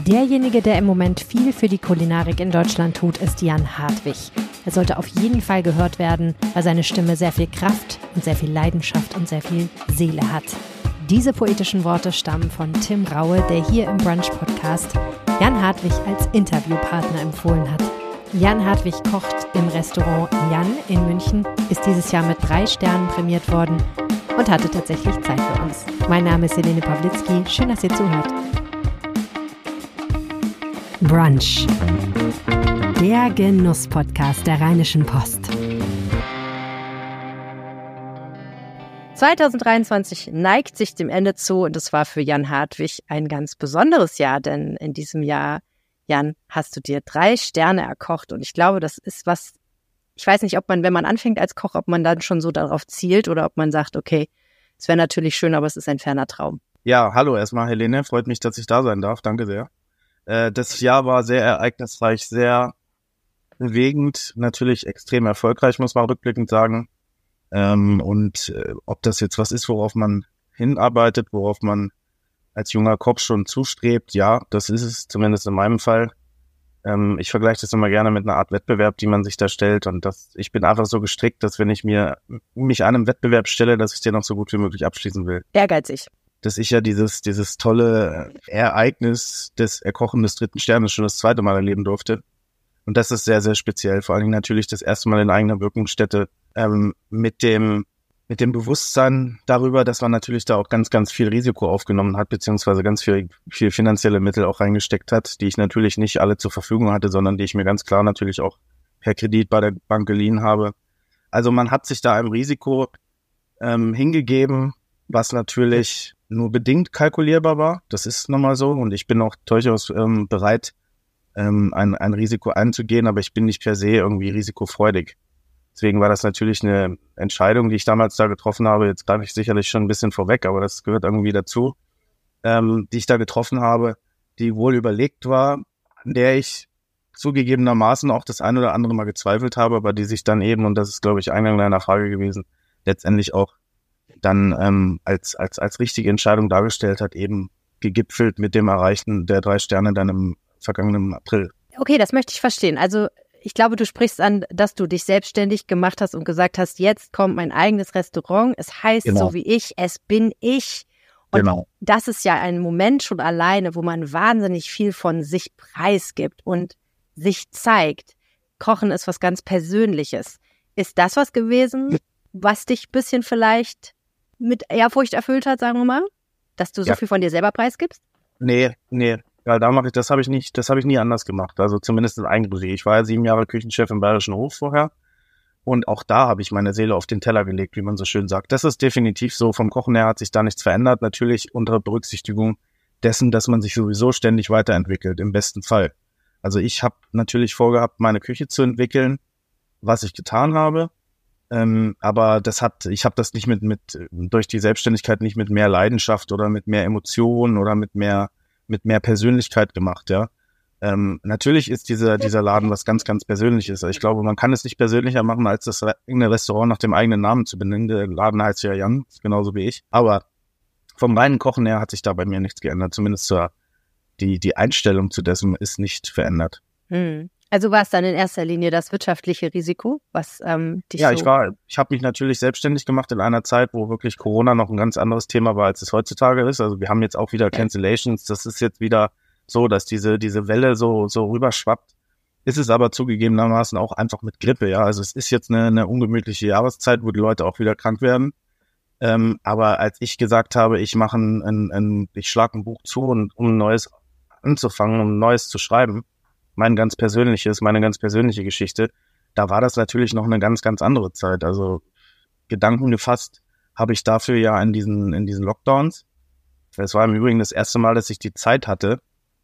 Derjenige, der im Moment viel für die Kulinarik in Deutschland tut, ist Jan Hartwig. Er sollte auf jeden Fall gehört werden, weil seine Stimme sehr viel Kraft und sehr viel Leidenschaft und sehr viel Seele hat. Diese poetischen Worte stammen von Tim Raue, der hier im Brunch-Podcast Jan Hartwig als Interviewpartner empfohlen hat. Jan Hartwig kocht im Restaurant Jan in München, ist dieses Jahr mit 3 Sternen prämiert worden und hatte tatsächlich Zeit für uns. Mein Name ist Helene Pawlitzki, schön, dass ihr zuhört. Brunch, der Genuss-Podcast der Rheinischen Post. 2023 neigt sich dem Ende zu und es war für Jan Hartwig ein ganz besonderes Jahr, denn in diesem Jahr, Jan, hast du dir 3 Sterne erkocht und ich glaube, das ist was, ich weiß nicht, ob man, wenn man anfängt als Koch, ob man dann schon so darauf zielt oder ob man sagt, okay, es wäre natürlich schön, aber es ist ein ferner Traum. Ja, hallo erstmal Helene, freut mich, dass ich da sein darf, danke sehr. Das Jahr war sehr ereignisreich, sehr bewegend, natürlich extrem erfolgreich, muss man rückblickend sagen. Ob das jetzt was ist, worauf man hinarbeitet, worauf man als junger Koch schon zustrebt, ja, das ist es, zumindest in meinem Fall. Ich vergleiche das immer gerne mit einer Art Wettbewerb, die man sich da stellt und ich bin einfach so gestrickt, dass wenn ich mich einem Wettbewerb stelle, dass ich den auch so gut wie möglich abschließen will. Ehrgeizig. Dass ich ja dieses tolle Ereignis des Erkochen des 3. Sternes schon das 2. Mal erleben durfte. Und das ist sehr, sehr speziell. Vor allen Dingen natürlich das erste Mal in eigener Wirkungsstätte, mit dem Bewusstsein darüber, dass man natürlich da auch ganz, ganz viel Risiko aufgenommen hat, beziehungsweise ganz viel finanzielle Mittel auch reingesteckt hat, die ich natürlich nicht alle zur Verfügung hatte, sondern die ich mir ganz klar natürlich auch per Kredit bei der Bank geliehen habe. Also man hat sich da einem Risiko hingegeben, was natürlich nur bedingt kalkulierbar war. Das ist nochmal so und ich bin auch durchaus bereit, ein Risiko einzugehen, aber ich bin nicht per se irgendwie risikofreudig. Deswegen war das natürlich eine Entscheidung, die ich damals da getroffen habe. Jetzt greife ich sicherlich schon ein bisschen vorweg, aber das gehört irgendwie dazu, die ich da getroffen habe, die wohl überlegt war, an der ich zugegebenermaßen auch das ein oder andere Mal gezweifelt habe, aber die sich dann eben, und das ist, glaube ich, Eingang deiner Frage gewesen, letztendlich auch dann als richtige Entscheidung dargestellt hat, eben gegipfelt mit dem Erreichen der 3 Sterne dann im vergangenen April. Okay, das möchte ich verstehen. Also ich glaube, du sprichst an, dass du dich selbstständig gemacht hast und gesagt hast, jetzt kommt mein eigenes Restaurant. Es heißt Genau. So wie ich, es bin ich. Und Genau. Das ist ja ein Moment schon alleine, wo man wahnsinnig viel von sich preisgibt und sich zeigt. Kochen ist was ganz Persönliches. Ist das was gewesen, was dich ein bisschen vielleicht mit Ehrfurcht erfüllt hat, sagen wir mal? Dass du so viel von dir selber preisgibst? Nee. Ja, das habe ich nie anders gemacht. Also zumindest in Eigenregie. Ich war ja 7 Jahre Küchenchef im Bayerischen Hof vorher. Und auch da habe ich meine Seele auf den Teller gelegt, wie man so schön sagt. Das ist definitiv so. Vom Kochen her hat sich da nichts verändert. Natürlich unter Berücksichtigung dessen, dass man sich sowieso ständig weiterentwickelt, im besten Fall. Also ich habe natürlich vorgehabt, meine Küche zu entwickeln, was ich getan habe. Aber ich habe das nicht durch die Selbstständigkeit nicht mit mehr Leidenschaft oder mit mehr Emotionen oder mit mehr Persönlichkeit gemacht, ja. Natürlich ist dieser Laden was ganz, ganz Persönliches. Ich glaube, man kann es nicht persönlicher machen, als das eigene Restaurant nach dem eigenen Namen zu benennen. Der Laden heißt ja Jan, genauso wie ich. Aber vom reinen Kochen her hat sich da bei mir nichts geändert. Zumindest die Einstellung zu dessen ist nicht verändert. Also war es dann in erster Linie das wirtschaftliche Risiko, was dich Ja, so... ich habe mich natürlich selbstständig gemacht in einer Zeit, wo wirklich Corona noch ein ganz anderes Thema war, als es heutzutage ist. Also wir haben jetzt auch wieder Cancellations. Das ist jetzt wieder so, dass diese Welle so rüberschwappt. Ist es aber zugegebenermaßen auch einfach mit Grippe, ja. Also es ist jetzt eine ungemütliche Jahreszeit, wo die Leute auch wieder krank werden. Aber als ich gesagt habe, ich schlage ein Buch zu, um ein neues anzufangen, um ein neues zu schreiben, meine ganz persönliche Geschichte, da war das natürlich noch eine ganz, ganz andere Zeit. Also Gedanken gefasst habe ich dafür ja in diesen Lockdowns. Es war im Übrigen das erste Mal, dass ich die Zeit hatte.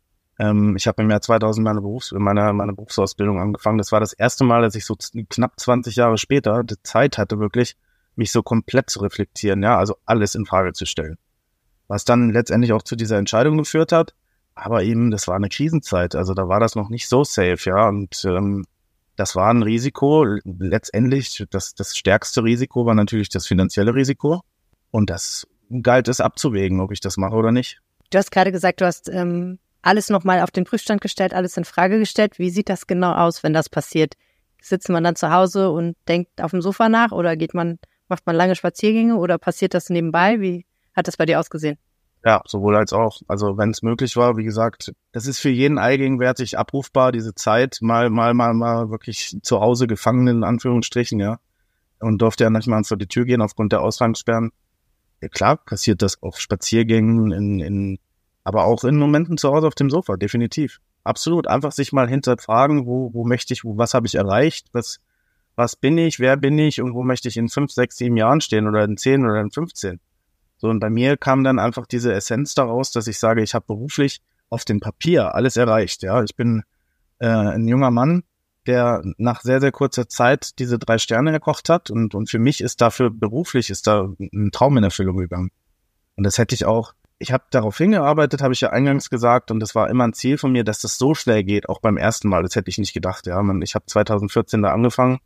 Ich habe im Jahr 2000 meine Berufsausbildung angefangen. Das war das erste Mal, dass ich so knapp 20 Jahre später die Zeit hatte, wirklich mich so komplett zu reflektieren, ja, also alles in Frage zu stellen. Was dann letztendlich auch zu dieser Entscheidung geführt hat. Aber eben, das war eine Krisenzeit, also da war das noch nicht so safe, ja, und das war ein Risiko. Letztendlich, das stärkste Risiko war natürlich das finanzielle Risiko und das galt es abzuwägen, ob ich das mache oder nicht. Du hast gerade gesagt, du hast alles nochmal auf den Prüfstand gestellt, alles in Frage gestellt. Wie sieht das genau aus, wenn das passiert? Sitzt man dann zu Hause und denkt auf dem Sofa nach oder macht man lange Spaziergänge oder passiert das nebenbei? Wie hat das bei dir ausgesehen? Ja, sowohl als auch. Also wenn es möglich war, wie gesagt, das ist für jeden allgegenwärtig abrufbar, diese Zeit, mal wirklich zu Hause gefangen, in Anführungsstrichen, ja. Und durfte ja nicht mal vor die Tür gehen aufgrund der Ausgangssperren. Ja klar, passiert das auf Spaziergängen, aber auch in Momenten zu Hause auf dem Sofa, definitiv. Absolut. Einfach sich mal hinterfragen, wo möchte ich, was habe ich erreicht, was bin ich, wer bin ich und wo möchte ich in 5, 6, 7 Jahren stehen oder in 10 oder in 15. So, und bei mir kam dann einfach diese Essenz daraus, dass ich sage, ich habe beruflich auf dem Papier alles erreicht. Ja, ich bin ein junger Mann, der nach sehr, sehr kurzer Zeit diese 3 Sterne erkocht hat und für mich ist dafür beruflich, ist da ein Traum in Erfüllung gegangen. Und das hätte ich habe darauf hingearbeitet, habe ich ja eingangs gesagt und das war immer ein Ziel von mir, dass das so schnell geht, auch beim ersten Mal. Das hätte ich nicht gedacht. Ja, ich habe 2014 da angefangen,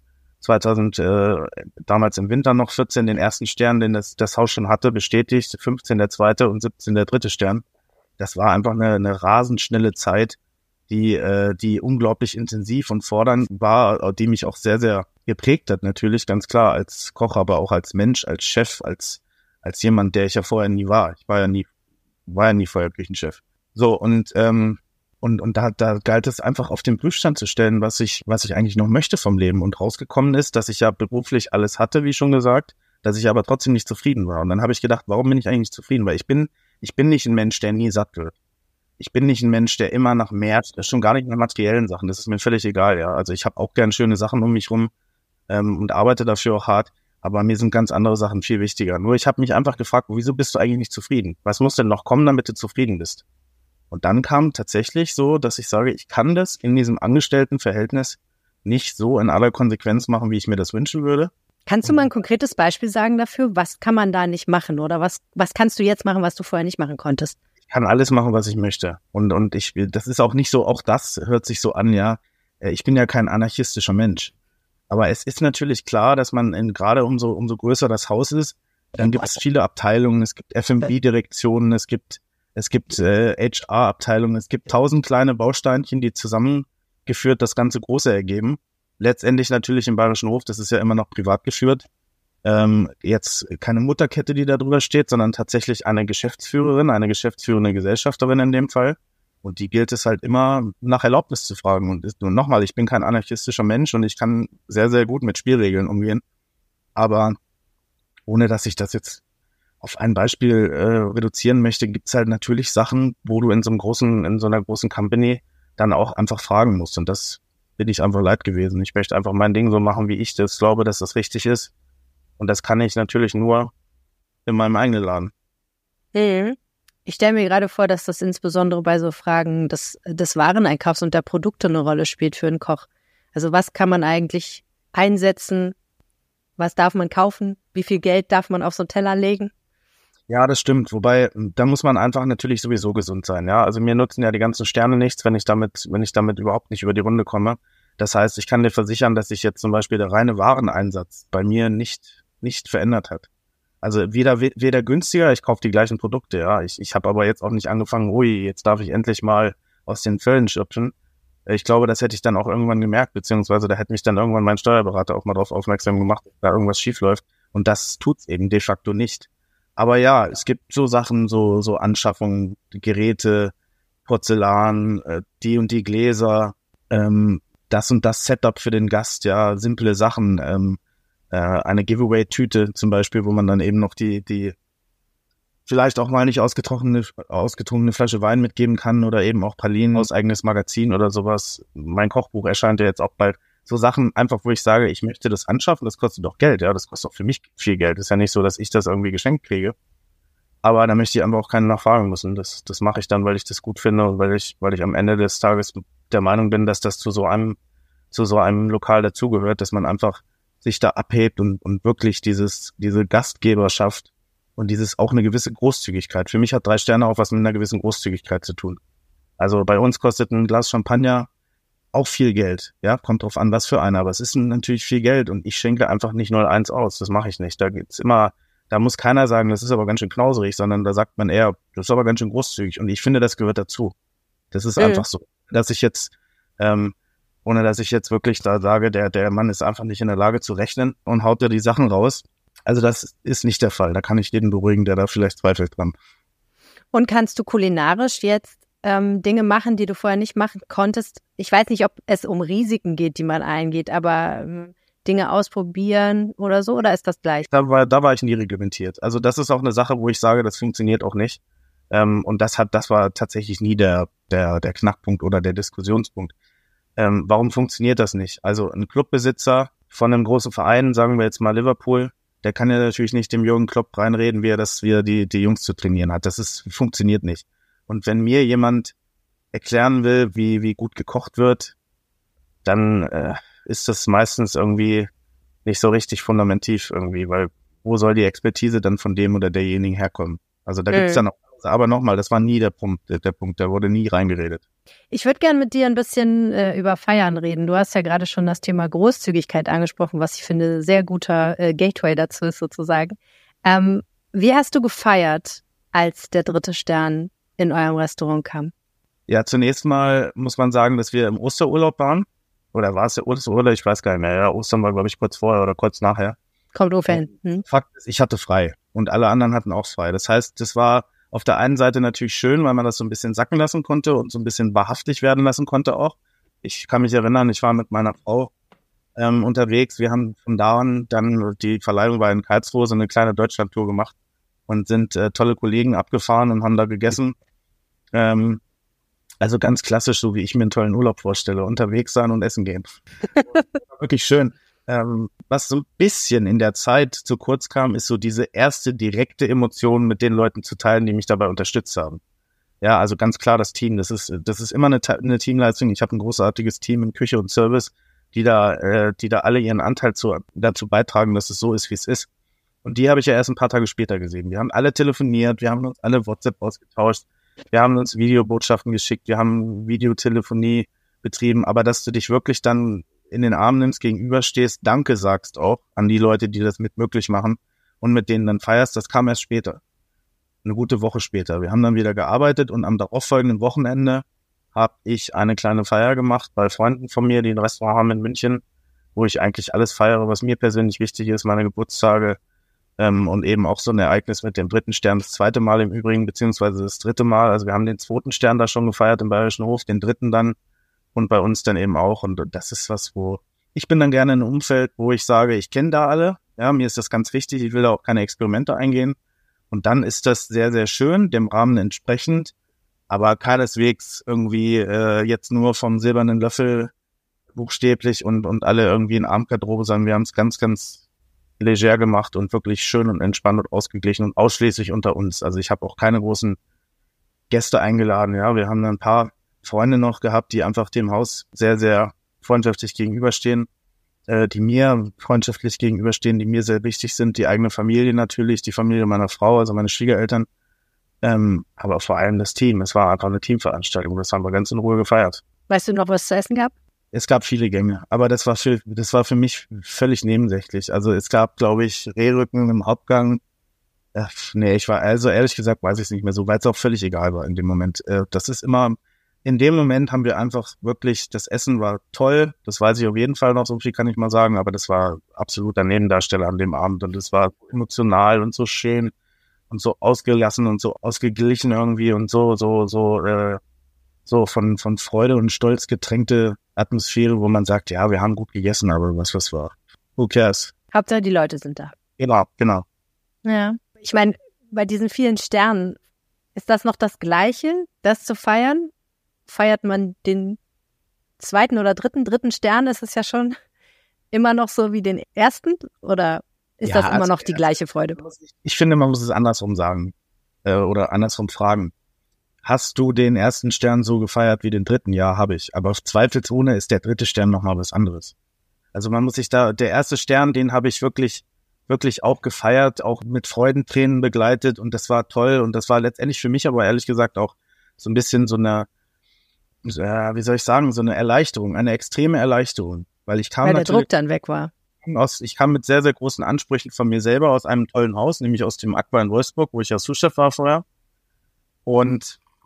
damals im Winter noch 14 den ersten Stern, den das Haus schon hatte, bestätigt, 15 der zweite und 17 der dritte Stern. Das war einfach eine rasend schnelle Zeit, die unglaublich intensiv und fordernd war, die mich auch sehr, sehr geprägt hat, natürlich, ganz klar, als Koch, aber auch als Mensch, als Chef, als jemand, der ich ja vorher nie war. Ich war ja nie vorher Küchenchef. So, und da galt es einfach auf den Prüfstand zu stellen, was ich eigentlich noch möchte vom Leben. Und rausgekommen ist, dass ich ja beruflich alles hatte, wie schon gesagt, dass ich aber trotzdem nicht zufrieden war. Und dann habe ich gedacht, warum bin ich eigentlich nicht zufrieden? Weil ich bin nicht ein Mensch, der nie satt wird. Ich bin nicht ein Mensch, der immer nach mehr, das ist schon gar nicht nach materiellen Sachen. Das ist mir völlig egal, ja. Also ich habe auch gern schöne Sachen um mich rum und arbeite dafür auch hart. Aber mir sind ganz andere Sachen viel wichtiger. Nur ich habe mich einfach gefragt, wieso bist du eigentlich nicht zufrieden? Was muss denn noch kommen, damit du zufrieden bist? Und dann kam tatsächlich so, dass ich sage, ich kann das in diesem Angestelltenverhältnis nicht so in aller Konsequenz machen, wie ich mir das wünschen würde. Kannst du mal ein konkretes Beispiel sagen dafür? Was kann man da nicht machen? Oder was kannst du jetzt machen, was du vorher nicht machen konntest? Ich kann alles machen, was ich möchte. Und das ist auch nicht so, auch das hört sich so an, ja. Ich bin ja kein anarchistischer Mensch. Aber es ist natürlich klar, dass man gerade umso größer das Haus ist, dann gibt es viele Abteilungen, es gibt F&B-Direktionen, es gibt HR-Abteilungen, es gibt 1000 kleine Bausteinchen, die zusammengeführt das ganze Große ergeben. Letztendlich natürlich im Bayerischen Hof, das ist ja immer noch privat geführt. Jetzt keine Mutterkette, die da drüber steht, sondern tatsächlich eine Geschäftsführerin, eine geschäftsführende Gesellschafterin in dem Fall. Und die gilt es halt immer nach Erlaubnis zu fragen. Und nochmal, ich bin kein anarchistischer Mensch und ich kann sehr, sehr gut mit Spielregeln umgehen. Aber ohne dass ich das jetzt auf ein Beispiel reduzieren möchte, gibt es halt natürlich Sachen, wo du in so einer großen Company dann auch einfach fragen musst. Und das bin ich einfach leid gewesen. Ich möchte einfach mein Ding so machen, wie ich das glaube, dass das richtig ist. Und das kann ich natürlich nur in meinem eigenen Laden. Ich stelle mir gerade vor, dass das insbesondere bei so Fragen des Wareneinkaufs und der Produkte eine Rolle spielt für einen Koch. Also was kann man eigentlich einsetzen? Was darf man kaufen? Wie viel Geld darf man auf so einen Teller legen? Ja, das stimmt. Wobei, da muss man einfach natürlich sowieso gesund sein. Ja, also mir nutzen ja die ganzen Sterne nichts, wenn ich damit überhaupt nicht über die Runde komme. Das heißt, ich kann dir versichern, dass sich jetzt zum Beispiel der reine Wareneinsatz bei mir nicht verändert hat. Also weder günstiger, ich kaufe die gleichen Produkte, ja. Ich habe aber jetzt auch nicht angefangen, jetzt darf ich endlich mal aus den Fällen schöpfen. Ich glaube, das hätte ich dann auch irgendwann gemerkt, beziehungsweise da hätte mich dann irgendwann mein Steuerberater auch mal drauf aufmerksam gemacht, dass da irgendwas schief läuft. Und das tut's eben de facto nicht. Aber ja, es gibt so Sachen, so Anschaffungen, Geräte, Porzellan, die und die Gläser, das und das Setup für den Gast, ja, simple Sachen, eine Giveaway-Tüte zum Beispiel, wo man dann eben noch die vielleicht auch mal nicht ausgetrunkene Flasche Wein mitgeben kann oder eben auch Pralinen aus eigenes Magazin oder sowas. Mein Kochbuch erscheint ja jetzt auch bald. So Sachen einfach, wo ich sage, ich möchte das anschaffen, das kostet doch Geld, ja, das kostet auch für mich viel Geld. Ist ja nicht so, dass ich das irgendwie geschenkt kriege. Aber da möchte ich einfach auch keine nachfragen müssen. Das mache ich dann, weil ich das gut finde und weil ich am Ende des Tages der Meinung bin, dass das zu so einem Lokal dazugehört, dass man einfach sich da abhebt und wirklich diese Gastgeberschaft und auch eine gewisse Großzügigkeit. Für mich hat 3 Sterne auch was mit einer gewissen Großzügigkeit zu tun. Also bei uns kostet ein Glas Champagner auch viel Geld, ja, kommt drauf an, was für einer, aber es ist natürlich viel Geld und ich schenke einfach nicht 0,1 aus, das mache ich nicht. Da muss keiner sagen, das ist aber ganz schön knauserig, sondern da sagt man eher, das ist aber ganz schön großzügig und ich finde, das gehört dazu. Das ist einfach so, dass ich jetzt, ohne dass ich jetzt wirklich da sage, der Mann ist einfach nicht in der Lage zu rechnen und haut da die Sachen raus. Also das ist nicht der Fall. Da kann ich jeden beruhigen, der da vielleicht zweifelt dran. Und kannst du kulinarisch jetzt Dinge machen, die du vorher nicht machen konntest? Ich weiß nicht, ob es um Risiken geht, die man eingeht, aber Dinge ausprobieren oder so, oder ist das gleich? Da war ich nie reglementiert. Also das ist auch eine Sache, wo ich sage, das funktioniert auch nicht. Und das war tatsächlich nie der Knackpunkt oder der Diskussionspunkt. Warum funktioniert das nicht? Also ein Clubbesitzer von einem großen Verein, sagen wir jetzt mal Liverpool, der kann ja natürlich nicht dem Jürgen Klopp reinreden, wie er die Jungs zu trainieren hat. Funktioniert nicht. Und wenn mir jemand erklären will, wie gut gekocht wird, dann ist das meistens irgendwie nicht so richtig fundamentiv irgendwie, weil wo soll die Expertise dann von dem oder derjenigen herkommen? Also da gibt's dann auch, aber nochmal, das war nie der Punkt, da wurde nie reingeredet. Ich würde gerne mit dir ein bisschen über Feiern reden. Du hast ja gerade schon das Thema Großzügigkeit angesprochen, was ich finde sehr guter Gateway dazu ist sozusagen. Wie hast du gefeiert, als der 3. Stern in eurem Restaurant kam? Ja, zunächst mal muss man sagen, dass wir im Osterurlaub waren. Oder war es der Osterurlaub? Ich weiß gar nicht mehr. Ja, Ostern war, glaube ich, kurz vorher oder kurz nachher. Kommt ungefähr hin. Fakt ist, ich hatte frei und alle anderen hatten auch frei. Das heißt, das war auf der einen Seite natürlich schön, weil man das so ein bisschen sacken lassen konnte und so ein bisschen wahrhaftig werden lassen konnte auch. Ich kann mich erinnern, ich war mit meiner Frau unterwegs. Wir haben von da an dann, die Verleihung war in Karlsruhe, so eine kleine Deutschlandtour gemacht und sind tolle Kollegen abgefahren und haben da gegessen. Also ganz klassisch, so wie ich mir einen tollen Urlaub vorstelle, unterwegs sein und essen gehen. Wirklich schön. Was so ein bisschen in der Zeit zu kurz kam, ist so diese erste direkte Emotion mit den Leuten zu teilen, die mich dabei unterstützt haben. Ja, also ganz klar das Team. Das ist immer eine Teamleistung. Ich habe ein großartiges Team in Küche und Service, die da alle ihren Anteil dazu beitragen, dass es so ist, wie es ist. Und die habe ich ja erst ein paar Tage später gesehen. Wir haben alle telefoniert, wir haben uns alle WhatsApp ausgetauscht, wir haben uns Videobotschaften geschickt, wir haben Videotelefonie betrieben, aber dass du dich wirklich dann in den Arm nimmst, gegenüberstehst, Danke sagst auch an die Leute, die das mit möglich machen und mit denen dann feierst, das kam erst später. Eine gute Woche später. Wir haben dann wieder gearbeitet und am darauffolgenden Wochenende habe ich eine kleine Feier gemacht bei Freunden von mir, die ein Restaurant haben in München, wo ich eigentlich alles feiere, was mir persönlich wichtig ist, meine Geburtstage und eben auch so ein Ereignis mit dem 3. Stern, das 2. Mal im Übrigen, beziehungsweise das 3. Mal. Also wir haben den 2. Stern da schon gefeiert im Bayerischen Hof, den 3. dann und bei uns dann eben auch. Und das ist was, wo ich bin dann gerne in einem Umfeld, wo ich sage, ich kenne da alle. Ja, mir ist das ganz wichtig. Ich will da auch keine Experimente eingehen. Und dann ist das sehr, sehr schön, dem Rahmen entsprechend, aber keineswegs irgendwie jetzt nur vom silbernen Löffel buchstäblich und alle irgendwie in Abendgarderobe, sondern wir haben es ganz, ganz leger gemacht und wirklich schön und entspannt und ausgeglichen und ausschließlich unter uns. Also ich habe auch keine großen Gäste eingeladen. Ja, wir haben ein paar Freunde noch gehabt, die einfach dem Haus sehr, sehr freundschaftlich gegenüberstehen, die mir freundschaftlich gegenüberstehen, die mir sehr wichtig sind, die eigene Familie natürlich, die Familie meiner Frau, also meine Schwiegereltern, aber vor allem das Team. Es war einfach eine Teamveranstaltung, das haben wir ganz in Ruhe gefeiert. Weißt du noch, was es zu essen gab? Es gab viele Gänge, aber das war für mich völlig nebensächlich. Also es gab, glaube ich, Rehrücken im Hauptgang. Ehrlich gesagt, weiß ich es nicht mehr so, weil es auch völlig egal war in dem Moment. In dem Moment haben wir einfach wirklich, das Essen war toll, das weiß ich auf jeden Fall noch, so viel kann ich mal sagen, aber das war absoluter Nebendarsteller an dem Abend und es war emotional und so schön und so ausgelassen und so ausgeglichen irgendwie und so von Freude und Stolz getränkte Atmosphäre, wo man sagt, ja, wir haben gut gegessen, aber was war? Who cares? Hauptsache die Leute sind da. Genau. Ja. Ich meine, bei diesen vielen Sternen, ist das noch das Gleiche, das zu feiern? Feiert man den 2. oder 3. Stern? Ist es ja schon immer noch so wie den 1. oder ist das immer noch die gleiche Freude? Ich finde, man muss es andersrum sagen oder andersrum fragen. Hast du den 1. Stern so gefeiert wie den 3.? Ja, habe ich. Aber zweifelsohne ist der 3. Stern nochmal was anderes. Also man muss sich der 1. Stern, den habe ich wirklich auch gefeiert, auch mit Freudentränen begleitet und das war toll und das war letztendlich für mich aber ehrlich gesagt auch so ein bisschen so eine, so eine Erleichterung, eine extreme Erleichterung, weil der Druck dann weg war. Ich kam mit sehr, sehr großen Ansprüchen von mir selber aus einem tollen Haus, nämlich aus dem Aqua in Wolfsburg, wo ich ja Sous-Chef war vorher und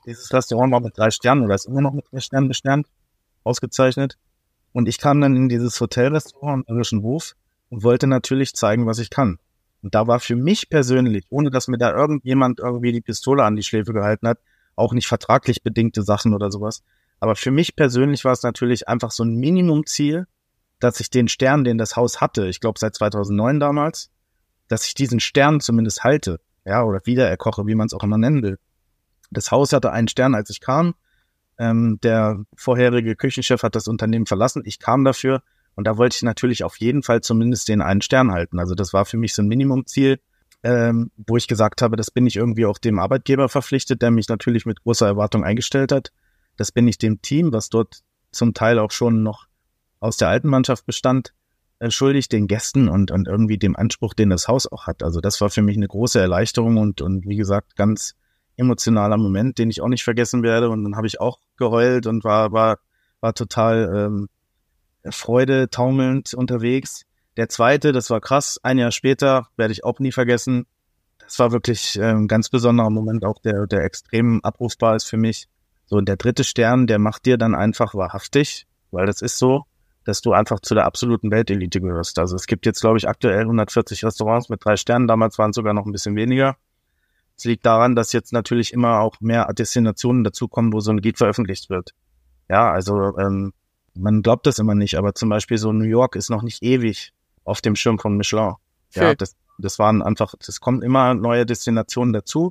Dieses Restaurant war mit 3 Sternen oder ist immer noch mit 3 Sternen besternt, ausgezeichnet. Und ich kam dann in dieses Hotelrestaurant am Irischen Hof und wollte natürlich zeigen, was ich kann. Und da war für mich persönlich, ohne dass mir da irgendjemand irgendwie die Pistole an die Schläfe gehalten hat, auch nicht vertraglich bedingte Sachen oder sowas. Aber für mich persönlich war es natürlich einfach so ein Minimumziel, dass ich den Stern, den das Haus hatte, ich glaube seit 2009 damals, dass ich diesen Stern zumindest halte, ja, oder wieder erkoche, wie man es auch immer nennen will. Das Haus hatte einen Stern, als ich kam. Der vorherige Küchenchef hat das Unternehmen verlassen. Ich kam dafür und da wollte ich natürlich auf jeden Fall zumindest den einen Stern halten. Also das war für mich so ein Minimumziel, wo ich gesagt habe, das bin ich irgendwie auch dem Arbeitgeber verpflichtet, der mich natürlich mit großer Erwartung eingestellt hat. Das bin ich dem Team, was dort zum Teil auch schon noch aus der alten Mannschaft bestand, schuldig, den Gästen und irgendwie dem Anspruch, den das Haus auch hat. Also das war für mich eine große Erleichterung und wie gesagt, ganz emotionaler Moment, den ich auch nicht vergessen werde. Und dann habe ich auch geheult und war total Freude taumelnd unterwegs. Der zweite, das war krass, ein Jahr später, werde ich auch nie vergessen. Das war wirklich ein ganz besonderer Moment, auch der extrem abrufbar ist für mich. So, und der dritte Stern, der macht dir dann einfach wahrhaftig, weil das ist so, dass du einfach zu der absoluten Weltelite gehörst. Also es gibt jetzt, glaube ich, aktuell 140 Restaurants mit 3 Sternen. Damals waren es sogar noch ein bisschen weniger. Es liegt daran, dass jetzt natürlich immer auch mehr Destinationen dazukommen, wo so ein Guide veröffentlicht wird. Ja, also man glaubt das immer nicht, aber zum Beispiel so New York ist noch nicht ewig auf dem Schirm von Michelin. Ja, das waren einfach, das kommen immer neue Destinationen dazu.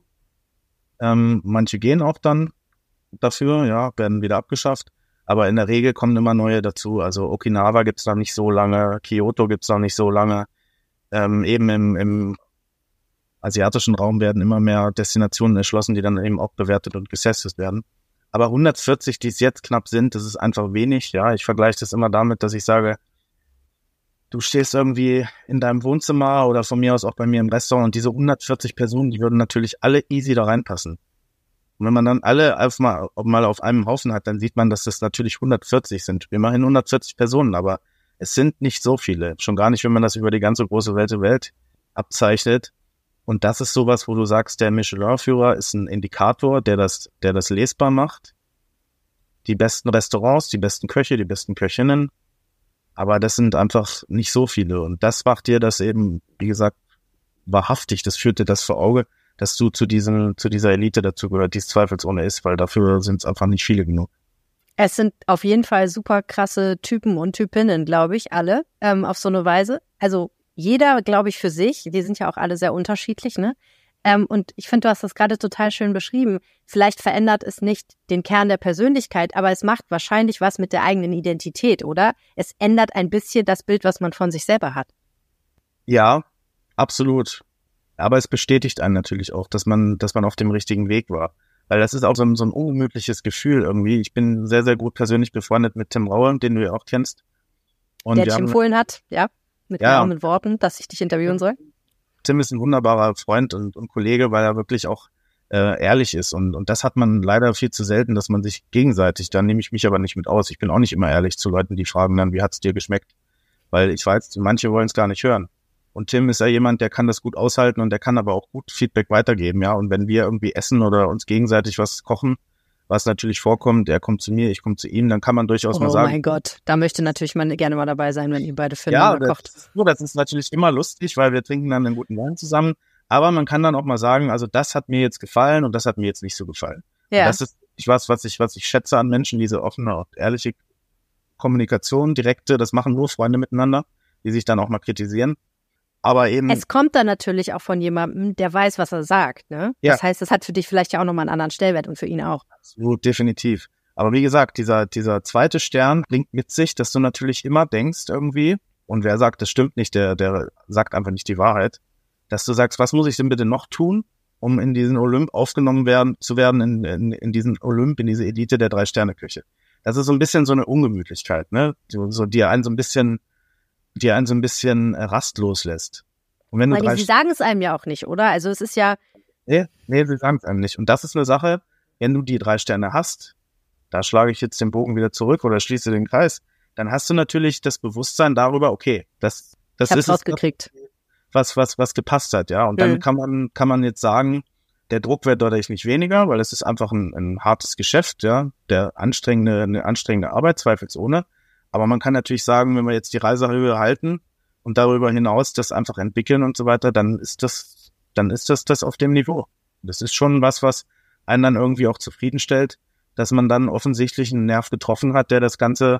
Manche gehen auch dann dafür, ja, werden wieder abgeschafft. Aber in der Regel kommen immer neue dazu. Also Okinawa gibt's noch nicht so lange, Kyoto gibt's noch nicht so lange. Eben im asiatischen Raum werden immer mehr Destinationen erschlossen, die dann eben auch bewertet und getestet werden. Aber 140, die es jetzt knapp sind, das ist einfach wenig. Ja, ich vergleiche das immer damit, dass ich sage, du stehst irgendwie in deinem Wohnzimmer oder von mir aus auch bei mir im Restaurant und diese 140 Personen, die würden natürlich alle easy da reinpassen. Und wenn man dann alle mal auf einem Haufen hat, dann sieht man, dass das natürlich 140 sind. Wir machen 140 Personen, aber es sind nicht so viele. Schon gar nicht, wenn man das über die ganze große Welt abzeichnet. Und das ist sowas, wo du sagst, der Michelin-Führer ist ein Indikator, der das lesbar macht. Die besten Restaurants, die besten Köche, die besten Köchinnen. Aber das sind einfach nicht so viele. Und das macht dir das eben, wie gesagt, wahrhaftig. Das führt dir das vor Auge, dass du zu dieser Elite dazu gehört, die es zweifelsohne ist, weil dafür sind es einfach nicht viele genug. Es sind auf jeden Fall super krasse Typen und Typinnen, glaube ich, alle, auf so eine Weise. Also jeder, glaube ich, für sich. Die sind ja auch alle sehr unterschiedlich, ne? Und ich finde, du hast das gerade total schön beschrieben. Vielleicht verändert es nicht den Kern der Persönlichkeit, aber es macht wahrscheinlich was mit der eigenen Identität, oder? Es ändert ein bisschen das Bild, was man von sich selber hat. Ja, absolut. Aber es bestätigt einen natürlich auch, dass man auf dem richtigen Weg war. Weil das ist auch so ein ungemütliches Gefühl irgendwie. Ich bin sehr, sehr gut persönlich befreundet mit Tim Raue, den du ja auch kennst. Und der dich empfohlen hat, ja, mit warmen Worten, dass ich dich interviewen soll. Tim ist ein wunderbarer Freund und Kollege, weil er wirklich auch ehrlich ist. Und das hat man leider viel zu selten, dass man sich gegenseitig, da nehme ich mich aber nicht mit aus. Ich bin auch nicht immer ehrlich zu Leuten, die fragen dann, wie hat's dir geschmeckt? Weil ich weiß, manche wollen es gar nicht hören. Und Tim ist ja jemand, der kann das gut aushalten und der kann aber auch gut Feedback weitergeben, ja. Und wenn wir irgendwie essen oder uns gegenseitig was kochen, was natürlich vorkommt, er kommt zu mir, ich komme zu ihm, dann kann man durchaus mal sagen. Oh mein Gott, da möchte natürlich man gerne mal dabei sein, wenn ihr beide füreinander kocht. Ja, das ist natürlich immer lustig, weil wir trinken dann einen guten Wein zusammen. Aber man kann dann auch mal sagen, also das hat mir jetzt gefallen und das hat mir jetzt nicht so gefallen. Ja. Und das ist was ich schätze an Menschen, diese offene und ehrliche Kommunikation, direkte, das machen nur Freunde miteinander, die sich dann auch mal kritisieren. Aber eben. Es kommt dann natürlich auch von jemandem, der weiß, was er sagt, ne? Ja. Das heißt, das hat für dich vielleicht ja auch nochmal einen anderen Stellwert und für ihn auch. Absolut, definitiv. Aber wie gesagt, dieser zweite Stern bringt mit sich, dass du natürlich immer denkst irgendwie, und wer sagt, das stimmt nicht, der sagt einfach nicht die Wahrheit, dass du sagst, was muss ich denn bitte noch tun, um in diesen Olymp aufgenommen zu werden, in diesen Olymp, in diese Elite der 3-Sterne-Küche. Das ist so ein bisschen so eine Ungemütlichkeit, ne? So, die einen so ein bisschen rastlos lässt. Und wenn sie sagen es einem ja auch nicht, oder? Also es ist ja... Nee, sie sagen es einem nicht. Und das ist eine Sache, wenn du die 3 Sterne hast, da schlage ich jetzt den Bogen wieder zurück oder schließe den Kreis, dann hast du natürlich das Bewusstsein darüber, okay, das ist rausgekriegt. Was gepasst hat, ja. Und dann kann man jetzt sagen, Der Druck wird dadurch nicht weniger, weil es ist einfach ein hartes Geschäft, ja, eine anstrengende Arbeit, zweifelsohne. Aber man kann natürlich sagen, wenn wir jetzt die Reisehöhe halten und darüber hinaus das einfach entwickeln und so weiter, dann ist das auf dem Niveau. Das ist schon was einen dann irgendwie auch zufriedenstellt, dass man dann offensichtlich einen Nerv getroffen hat, der das Ganze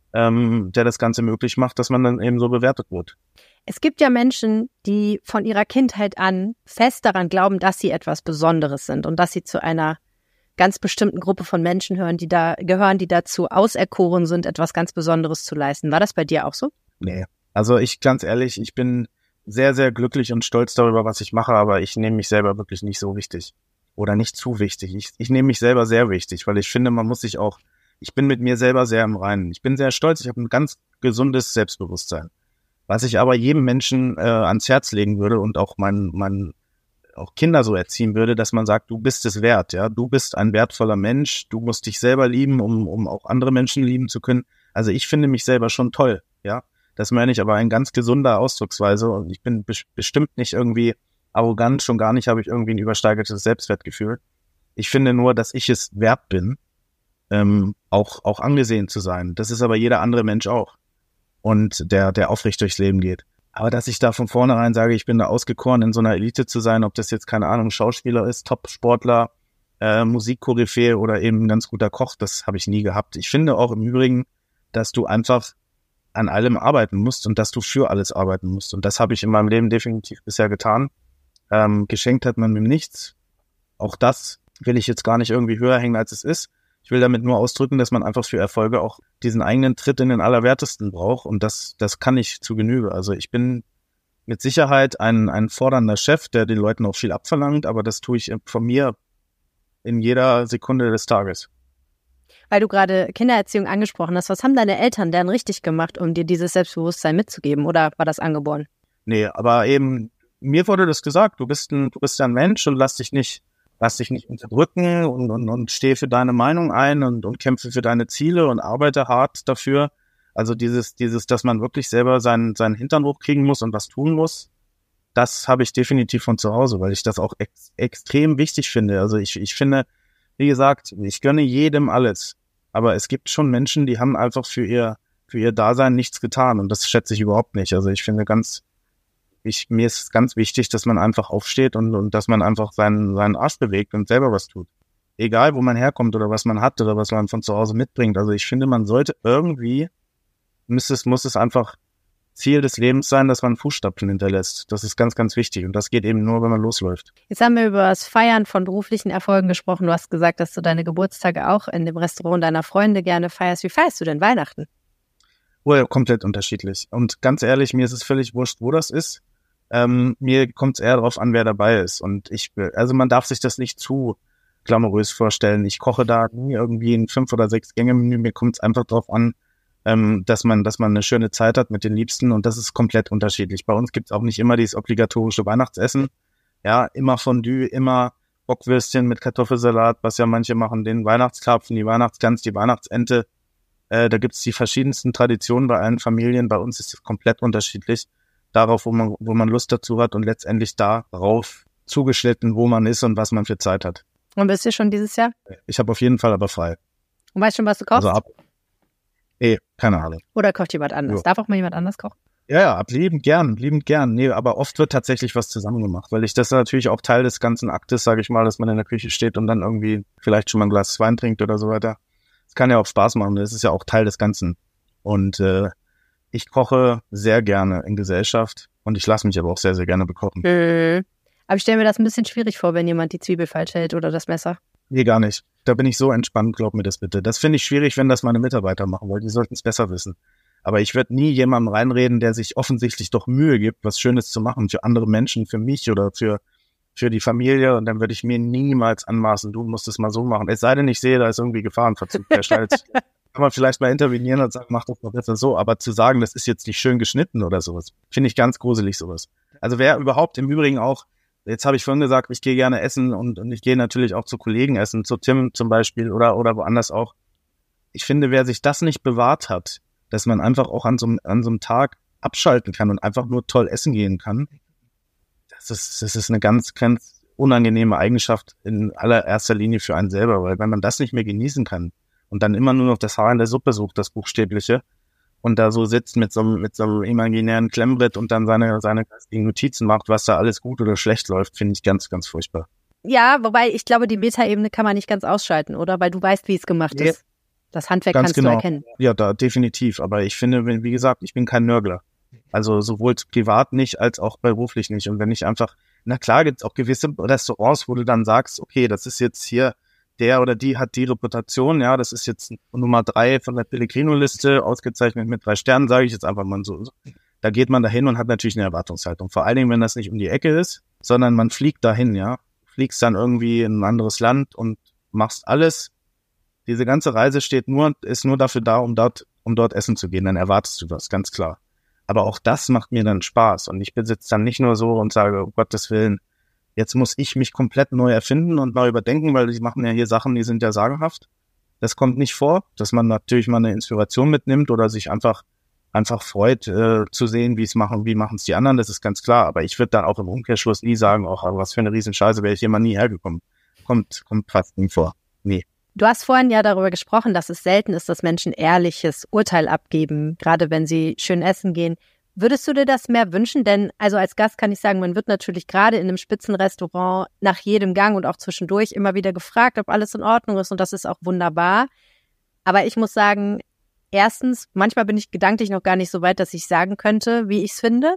möglich macht, dass man dann eben so bewertet wird. Es gibt ja Menschen, die von ihrer Kindheit an fest daran glauben, dass sie etwas Besonderes sind und dass sie zu einer ganz bestimmten Gruppe von Menschen die dazu auserkoren sind, etwas ganz Besonderes zu leisten. War das bei dir auch so? Nee, also ganz ehrlich, ich bin sehr, sehr glücklich und stolz darüber, was ich mache, aber ich nehme mich selber wirklich nicht so wichtig oder nicht zu wichtig. Ich nehme mich selber sehr wichtig, weil ich finde, ich bin mit mir selber sehr im Reinen. Ich bin sehr stolz, ich habe ein ganz gesundes Selbstbewusstsein. Was ich aber jedem Menschen ans Herz legen würde und auch auch Kinder so erziehen würde, dass man sagt, du bist es wert, ja, du bist ein wertvoller Mensch, du musst dich selber lieben, um auch andere Menschen lieben zu können. Also ich finde mich selber schon toll, ja. Das meine ich aber in ganz gesunder Ausdrucksweise und ich bin bestimmt nicht irgendwie arrogant, schon gar nicht habe ich irgendwie ein übersteigertes Selbstwertgefühl. Ich finde nur, dass ich es wert bin, auch angesehen zu sein. Das ist aber jeder andere Mensch auch. Und der aufrecht durchs Leben geht. Aber dass ich da von vornherein sage, ich bin da ausgekoren, in so einer Elite zu sein, ob das jetzt, keine Ahnung, Schauspieler ist, Top-Sportler, Musikkoryphäe oder eben ein ganz guter Koch, das habe ich nie gehabt. Ich finde auch im Übrigen, dass du einfach an allem arbeiten musst und dass du für alles arbeiten musst. Und das habe ich in meinem Leben definitiv bisher getan. Geschenkt hat man mir nichts. Auch das will ich jetzt gar nicht irgendwie höher hängen, als es ist. Ich will damit nur ausdrücken, dass man einfach für Erfolge auch diesen eigenen Tritt in den Allerwertesten braucht und das kann ich zu Genüge. Also ich bin mit Sicherheit ein fordernder Chef, der den Leuten auch viel abverlangt, aber das tue ich von mir in jeder Sekunde des Tages. Weil du gerade Kindererziehung angesprochen hast, was haben deine Eltern denn richtig gemacht, um dir dieses Selbstbewusstsein mitzugeben oder war das angeboren? Nee, aber eben mir wurde das gesagt, du bist ein Mensch und lass dich nicht unterdrücken und steh für deine Meinung ein und kämpfe für deine Ziele und arbeite hart dafür. Also dieses, dass man wirklich selber seinen Hintern hochkriegen muss und was tun muss, das habe ich definitiv von zu Hause, weil ich das auch extrem wichtig finde. Also ich finde, wie gesagt, ich gönne jedem alles. Aber es gibt schon Menschen, die haben einfach für ihr Dasein nichts getan und das schätze ich überhaupt nicht. Also ich finde mir ist ganz wichtig, dass man einfach aufsteht und dass man einfach seinen Arsch bewegt und selber was tut. Egal, wo man herkommt oder was man hat oder was man von zu Hause mitbringt. Also ich finde, man sollte irgendwie, muss es einfach Ziel des Lebens sein, dass man Fußstapfen hinterlässt. Das ist ganz, ganz wichtig und das geht eben nur, wenn man losläuft. Jetzt haben wir über das Feiern von beruflichen Erfolgen gesprochen. Du hast gesagt, dass du deine Geburtstage auch in dem Restaurant deiner Freunde gerne feierst. Wie feierst du denn Weihnachten? Well, komplett unterschiedlich. Und ganz ehrlich, mir ist es völlig wurscht, wo das ist. Mir kommt es eher darauf an, wer dabei ist. Und also man darf sich das nicht zu glamourös vorstellen. Ich koche da nie irgendwie ein 5 oder 6 Gänge-Menü. Mir kommt es einfach darauf an, dass man eine schöne Zeit hat mit den Liebsten. Und das ist komplett unterschiedlich. Bei uns gibt es auch nicht immer dieses obligatorische Weihnachtsessen. Ja, immer Fondue, immer Bockwürstchen mit Kartoffelsalat, was ja manche machen, den Weihnachtskarpfen, die Weihnachtsgans, die Weihnachtsente. Da gibt es die verschiedensten Traditionen bei allen Familien. Bei uns ist es komplett unterschiedlich. Darauf, wo man Lust dazu hat und letztendlich darauf zugeschnitten, wo man ist und was man für Zeit hat. Und bist du schon dieses Jahr? Ich habe auf jeden Fall aber frei. Und weißt schon, was du kochst? Also keine Ahnung. Oder kocht jemand anders? Jo. Darf auch mal jemand anders kochen? Ja, liebend gern. Nee, aber oft wird tatsächlich was zusammen gemacht, weil das natürlich auch Teil des ganzen Aktes, sage ich mal, dass man in der Küche steht und dann irgendwie vielleicht schon mal ein Glas Wein trinkt oder so weiter. Das kann ja auch Spaß machen, das ist ja auch Teil des Ganzen. Und ich koche sehr gerne in Gesellschaft und ich lasse mich aber auch sehr, sehr gerne bekochen. Aber ich stelle mir das ein bisschen schwierig vor, wenn jemand die Zwiebel falsch hält oder das Messer. Nee, gar nicht. Da bin ich so entspannt, glaub mir das bitte. Das finde ich schwierig, wenn das meine Mitarbeiter machen, weil die sollten es besser wissen. Aber ich würde nie jemandem reinreden, der sich offensichtlich doch Mühe gibt, was Schönes zu machen für andere Menschen, für mich oder für die Familie. Und dann würde ich mir niemals anmaßen, du musst es mal so machen. Es sei denn, ich sehe, da ist irgendwie Gefahrenverzug. Der schneidet sich. Kann man vielleicht mal intervenieren und sagen, mach das mal besser so. Aber zu sagen, das ist jetzt nicht schön geschnitten oder sowas, finde ich ganz gruselig sowas. Also wer überhaupt im Übrigen auch, jetzt habe ich vorhin gesagt, ich gehe gerne essen und ich gehe natürlich auch zu Kollegen essen, zu Tim zum Beispiel oder woanders auch. Ich finde, wer sich das nicht bewahrt hat, dass man einfach auch an so einem Tag abschalten kann und einfach nur toll essen gehen kann, das ist eine ganz, ganz unangenehme Eigenschaft in allererster Linie für einen selber, weil wenn man das nicht mehr genießen kann und dann immer nur noch das Haar in der Suppe sucht, das Buchstäbliche, und da so sitzt mit so einem imaginären Klemmbrett und dann seine Notizen macht, was da alles gut oder schlecht läuft, finde ich ganz, ganz furchtbar. Ja, wobei ich glaube, die Metaebene kann man nicht ganz ausschalten, oder? Weil du weißt, wie es gemacht ist. Das Handwerk kannst du erkennen. Ja, da definitiv. Aber ich finde, wie gesagt, ich bin kein Nörgler. Also sowohl privat nicht als auch beruflich nicht. Und wenn ich einfach, na klar, gibt es auch gewisse Restaurants, wo du dann sagst, okay, das ist jetzt hier, der oder die hat die Reputation, ja, das ist jetzt Nummer 3 von der Pellegrino-Liste, ausgezeichnet mit 3 Sternen, sage ich jetzt einfach mal so. Da geht man dahin und hat natürlich eine Erwartungshaltung. Vor allen Dingen, wenn das nicht um die Ecke ist, sondern man fliegt dahin, ja. Fliegst dann irgendwie in ein anderes Land und machst alles. Diese ganze Reise ist nur dafür da, um dort essen zu gehen. Dann erwartest du das, ganz klar. Aber auch das macht mir dann Spaß. Und ich sitze dann nicht nur so und sage, um Gottes Willen, jetzt muss ich mich komplett neu erfinden und neu überdenken, weil die machen ja hier Sachen, die sind ja sagenhaft. Das kommt nicht vor, dass man natürlich mal eine Inspiration mitnimmt oder sich einfach freut, zu sehen, wie machen es die anderen, das ist ganz klar. Aber ich würde dann auch im Umkehrschluss nie sagen, was für eine Riesenscheiße, wäre ich hier mal nie hergekommen. Kommt fast nie vor. Nee. Du hast vorhin ja darüber gesprochen, dass es selten ist, dass Menschen ehrliches Urteil abgeben, gerade wenn sie schön essen gehen. Würdest du dir das mehr wünschen? Denn also als Gast kann ich sagen, man wird natürlich gerade in einem Spitzenrestaurant nach jedem Gang und auch zwischendurch immer wieder gefragt, ob alles in Ordnung ist, und das ist auch wunderbar. Aber ich muss sagen, erstens, manchmal bin ich gedanklich noch gar nicht so weit, dass ich sagen könnte, wie ich es finde.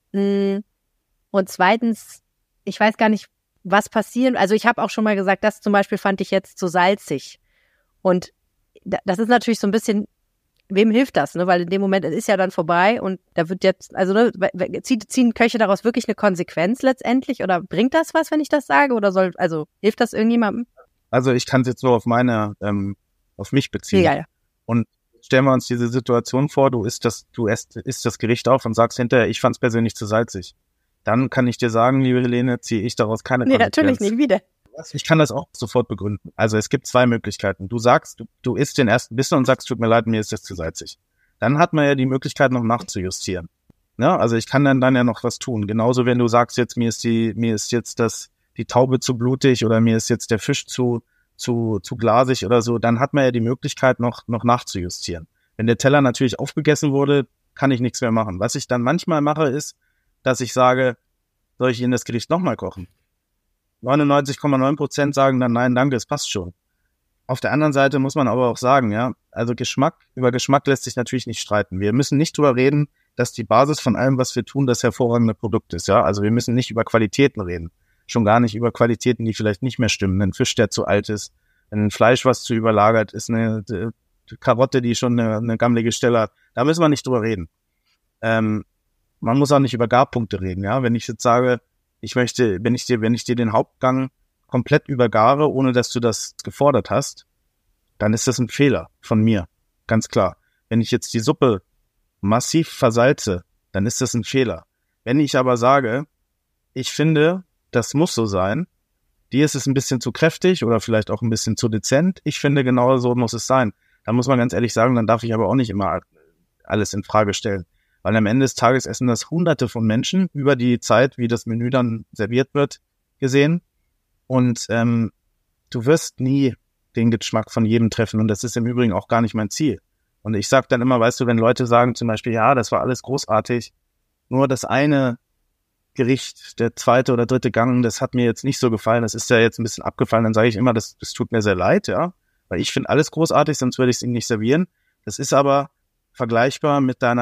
Und zweitens, ich weiß gar nicht, was passiert. Also ich habe auch schon mal gesagt, das zum Beispiel fand ich jetzt zu salzig. Und das ist natürlich so ein bisschen, wem hilft das? Ne? Weil in dem Moment, es ist ja dann vorbei und da wird jetzt, also ne, ziehen Köche daraus wirklich eine Konsequenz letztendlich? Oder bringt das was, wenn ich das sage? Oder hilft das irgendjemandem? Also ich kann es jetzt nur auf mich beziehen. Ja. Und stellen wir uns diese Situation vor, du isst das Gericht auf und sagst hinterher, ich fand es persönlich zu salzig. Dann kann ich dir sagen, liebe Helene, ziehe ich daraus keine Konsequenz. Nee, natürlich nicht, wieder. Ich kann das auch sofort begründen. Also es gibt 2 Möglichkeiten. Du sagst, du isst den ersten Bissen und sagst, tut mir leid, mir ist das zu salzig. Dann hat man ja die Möglichkeit, noch nachzujustieren. Ja, also ich kann dann ja noch was tun. Genauso, wenn du sagst, jetzt mir ist jetzt die Taube zu blutig oder mir ist jetzt der Fisch zu glasig oder so, dann hat man ja die Möglichkeit, noch nachzujustieren. Wenn der Teller natürlich aufgegessen wurde, kann ich nichts mehr machen. Was ich dann manchmal mache, ist, dass ich sage, soll ich Ihnen das Gericht nochmal kochen? 99,9% sagen dann, nein, danke, es passt schon. Auf der anderen Seite muss man aber auch sagen, ja, also über Geschmack lässt sich natürlich nicht streiten. Wir müssen nicht drüber reden, dass die Basis von allem, was wir tun, das hervorragende Produkt ist, ja. Also wir müssen nicht über Qualitäten reden. Schon gar nicht über Qualitäten, die vielleicht nicht mehr stimmen. Ein Fisch, der zu alt ist, ein Fleisch, was zu überlagert ist, eine Karotte, die schon eine gammelige Stelle hat. Da müssen wir nicht drüber reden. Man muss auch nicht über Garpunkte reden, ja. Wenn ich jetzt sage, wenn ich dir den Hauptgang komplett übergare, ohne dass du das gefordert hast, dann ist das ein Fehler von mir. Ganz klar. Wenn ich jetzt die Suppe massiv versalze, dann ist das ein Fehler. Wenn ich aber sage, ich finde, das muss so sein, dir ist es ein bisschen zu kräftig oder vielleicht auch ein bisschen zu dezent, ich finde, genau so muss es sein. Da muss man ganz ehrlich sagen, dann darf ich aber auch nicht immer alles in Frage stellen. Weil am Ende des Tages essen das Hunderte von Menschen über die Zeit, wie das Menü dann serviert wird, gesehen. Und du wirst nie den Geschmack von jedem treffen. Und das ist im Übrigen auch gar nicht mein Ziel. Und ich sage dann immer, weißt du, wenn Leute sagen zum Beispiel, ja, das war alles großartig, nur das eine Gericht, der 2. oder 3. Gang, das hat mir jetzt nicht so gefallen, das ist ja jetzt ein bisschen abgefallen, dann sage ich immer, das tut mir sehr leid, ja. Weil ich finde alles großartig, sonst würde ich es ihnen nicht servieren. Das ist aber vergleichbar mit dem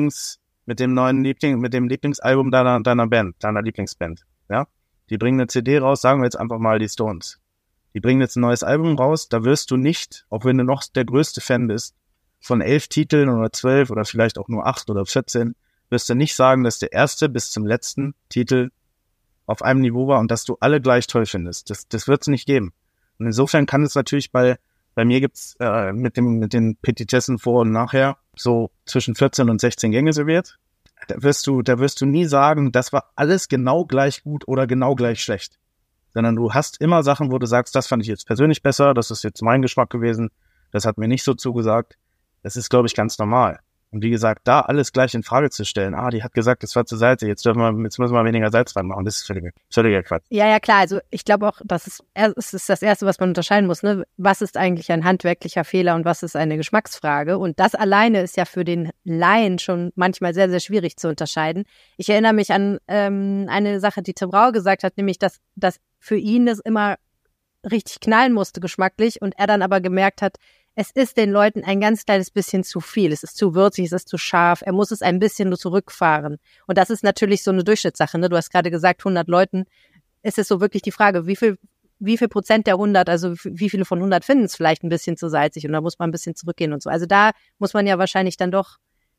Lieblingsalbum deiner Band, deiner Lieblingsband, ja. Die bringen eine CD raus, sagen wir jetzt einfach mal die Stones. Die bringen jetzt ein neues Album raus, da wirst du nicht, auch wenn du noch der größte Fan bist, von 11 Titeln oder 12 oder vielleicht auch nur 8 oder 14, wirst du nicht sagen, dass der erste bis zum letzten Titel auf einem Niveau war und dass du alle gleich toll findest. Das wird es nicht geben. Und insofern kann es natürlich bei mir gibt's mit den Petitessen vor und nachher so zwischen 14 und 16 Gänge serviert. Da wirst du nie sagen, das war alles genau gleich gut oder genau gleich schlecht. Sondern du hast immer Sachen, wo du sagst, das fand ich jetzt persönlich besser, das ist jetzt mein Geschmack gewesen, das hat mir nicht so zugesagt. Das ist, glaube ich, ganz normal. Und wie gesagt, da alles gleich in Frage zu stellen, die hat gesagt, das war zu salzig, jetzt müssen wir weniger Salz reinmachen, das ist völliger Quatsch. Ja, klar, also ich glaube auch, es ist das Erste, was man unterscheiden muss, ne? Was ist eigentlich ein handwerklicher Fehler und was ist eine Geschmacksfrage? Und das alleine ist ja für den Laien schon manchmal sehr, sehr schwierig zu unterscheiden. Ich erinnere mich an eine Sache, die Tim Raue gesagt hat, nämlich, dass für ihn das immer richtig knallen musste geschmacklich und er dann aber gemerkt hat, es ist den Leuten ein ganz kleines bisschen zu viel. Es ist zu würzig, es ist zu scharf. Er muss es ein bisschen nur zurückfahren. Und das ist natürlich so eine Durchschnittssache. Ne? Du hast gerade gesagt, 100 Leuten. Es ist so wirklich die Frage, wie viel Prozent der 100, also wie viele von 100 finden es vielleicht ein bisschen zu salzig und da muss man ein bisschen zurückgehen und so. Also da muss man ja wahrscheinlich dann doch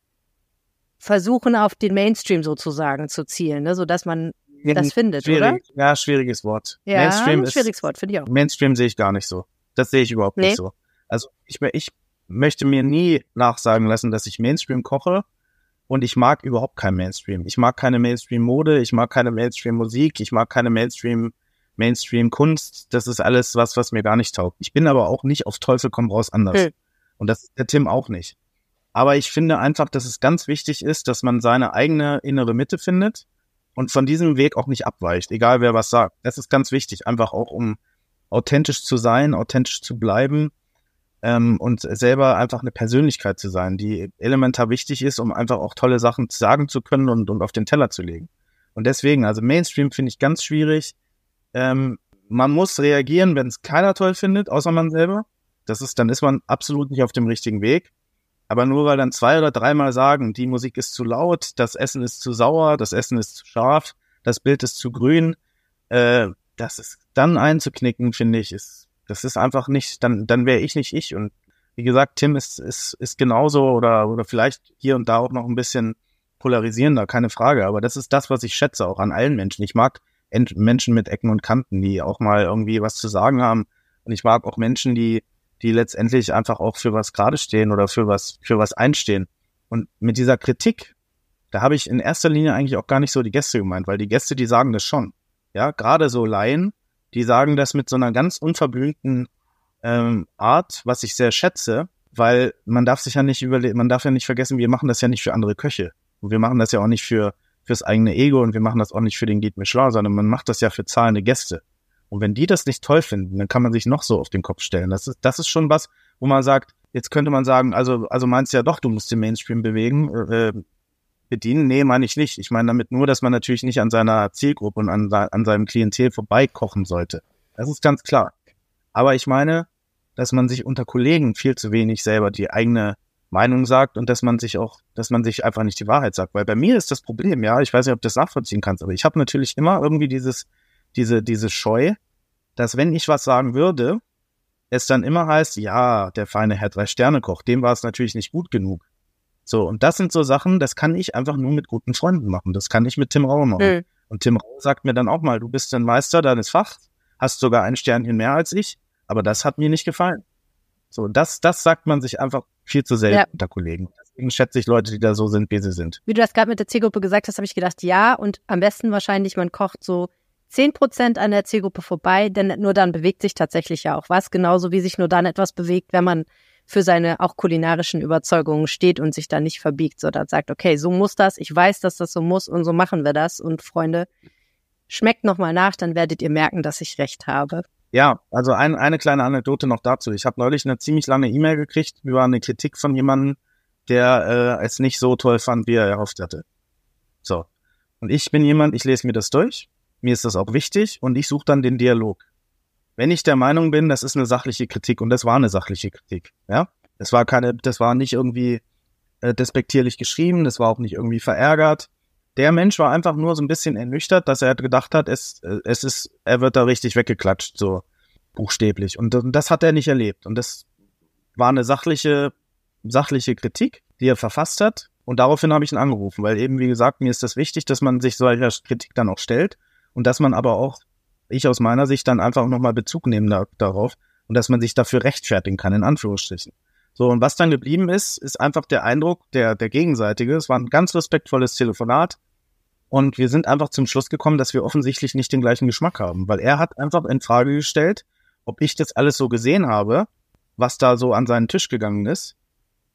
versuchen, auf den Mainstream sozusagen zu zielen, ne? Sodass man das findet, oder? Ja, schwieriges Wort. Ja, Mainstream schwieriges Wort, finde ich auch. Mainstream sehe ich gar nicht so. Das sehe ich überhaupt nicht so. Also ich möchte mir nie nachsagen lassen, dass ich Mainstream koche und ich mag überhaupt kein Mainstream. Ich mag keine Mainstream-Mode, ich mag keine Mainstream-Musik, ich mag keine Mainstream-Kunst. Das ist alles was mir gar nicht taugt. Ich bin aber auch nicht auf Teufel komm raus anders. Und das ist der Tim auch nicht. Aber ich finde einfach, dass es ganz wichtig ist, dass man seine eigene innere Mitte findet und von diesem Weg auch nicht abweicht, egal wer was sagt. Das ist ganz wichtig, einfach auch um authentisch zu sein, authentisch zu bleiben. Und selber einfach eine Persönlichkeit zu sein, die elementar wichtig ist, um einfach auch tolle Sachen sagen zu können und auf den Teller zu legen. Und deswegen, also Mainstream finde ich ganz schwierig. Man muss reagieren, wenn es keiner toll findet, außer man selber. Dann ist man absolut nicht auf dem richtigen Weg. Aber nur weil dann 2 oder 3 Mal sagen, die Musik ist zu laut, das Essen ist zu sauer, das Essen ist zu scharf, das Bild ist zu grün, das ist dann einzuknicken, finde ich, das ist einfach nicht, dann wäre ich nicht ich. Und wie gesagt, Tim ist genauso oder vielleicht hier und da auch noch ein bisschen polarisierender, keine Frage. Aber das ist das, was ich schätze, auch an allen Menschen. Ich mag Menschen mit Ecken und Kanten, die auch mal irgendwie was zu sagen haben. Und ich mag auch Menschen, die letztendlich einfach auch für was gerade stehen oder für was einstehen. Und mit dieser Kritik, da habe ich in erster Linie eigentlich auch gar nicht so die Gäste gemeint, weil die Gäste, die sagen das schon. Ja, gerade so Laien, die sagen das mit so einer ganz unverblümten Art, was ich sehr schätze, weil man darf ja nicht vergessen, wir machen das ja nicht für andere Köche. Und wir machen das ja auch nicht fürs eigene Ego und wir machen das auch nicht für den Guide Michelin, sondern man macht das ja für zahlende Gäste. Und wenn die das nicht toll finden, dann kann man sich noch so auf den Kopf stellen. Das ist schon was, wo man sagt, jetzt könnte man sagen, also meinst du ja doch, du musst den Mainstream bedienen? Nee, meine ich nicht. Ich meine damit nur, dass man natürlich nicht an seiner Zielgruppe und an seinem Klientel vorbeikochen sollte. Das ist ganz klar. Aber ich meine, dass man sich unter Kollegen viel zu wenig selber die eigene Meinung sagt und dass man sich einfach nicht die Wahrheit sagt. Weil bei mir ist das Problem, ja, ich weiß nicht, ob du das nachvollziehen kannst, aber ich habe natürlich immer irgendwie diese Scheu, dass wenn ich was sagen würde, es dann immer heißt, ja, der feine Herr 3-Sterne-Koch, dem war es natürlich nicht gut genug. So, und das sind so Sachen, das kann ich einfach nur mit guten Freunden machen. Das kann ich mit Tim Raue machen. Und Tim Raue sagt mir dann auch mal, du bist ein Meister deines Fachs, hast sogar ein Sternchen mehr als ich, aber das hat mir nicht gefallen. So, das sagt man sich einfach viel zu selten unter Kollegen. Deswegen schätze ich Leute, die da so sind, wie sie sind. Wie du das gerade mit der Zielgruppe gesagt hast, habe ich gedacht, ja, und am besten wahrscheinlich, man kocht so 10% an der Zielgruppe vorbei, denn nur dann bewegt sich tatsächlich ja auch was, genauso wie sich nur dann etwas bewegt, wenn man für seine auch kulinarischen Überzeugungen steht und sich da nicht verbiegt, sondern sagt, okay, so muss das, ich weiß, dass das so muss und so machen wir das. Und Freunde, schmeckt nochmal nach, dann werdet ihr merken, dass ich recht habe. Ja, also eine kleine Anekdote noch dazu. Ich habe neulich eine ziemlich lange E-Mail gekriegt über eine Kritik von jemandem, der es nicht so toll fand, wie er erhofft hatte. So, und ich bin jemand, ich lese mir das durch, mir ist das auch wichtig und ich suche dann den Dialog. Wenn ich der Meinung bin, das ist eine sachliche Kritik und das war eine sachliche Kritik, ja, das war nicht irgendwie despektierlich geschrieben, das war auch nicht irgendwie verärgert. Der Mensch war einfach nur so ein bisschen ernüchtert, dass er gedacht hat, er wird da richtig weggeklatscht, so buchstäblich. Und das hat er nicht erlebt. Und das war eine sachliche Kritik, die er verfasst hat. Und daraufhin habe ich ihn angerufen, weil eben, wie gesagt, mir ist das wichtig, dass man sich solcher Kritik dann auch stellt und dass man aber auch, ich aus meiner Sicht, dann einfach nochmal Bezug nehmen darauf und dass man sich dafür rechtfertigen kann, in Anführungsstrichen. So, und was dann geblieben ist einfach der Eindruck, der gegenseitige. Es war ein ganz respektvolles Telefonat und wir sind einfach zum Schluss gekommen, dass wir offensichtlich nicht den gleichen Geschmack haben, weil er hat einfach in Frage gestellt, ob ich das alles so gesehen habe, was da so an seinen Tisch gegangen ist.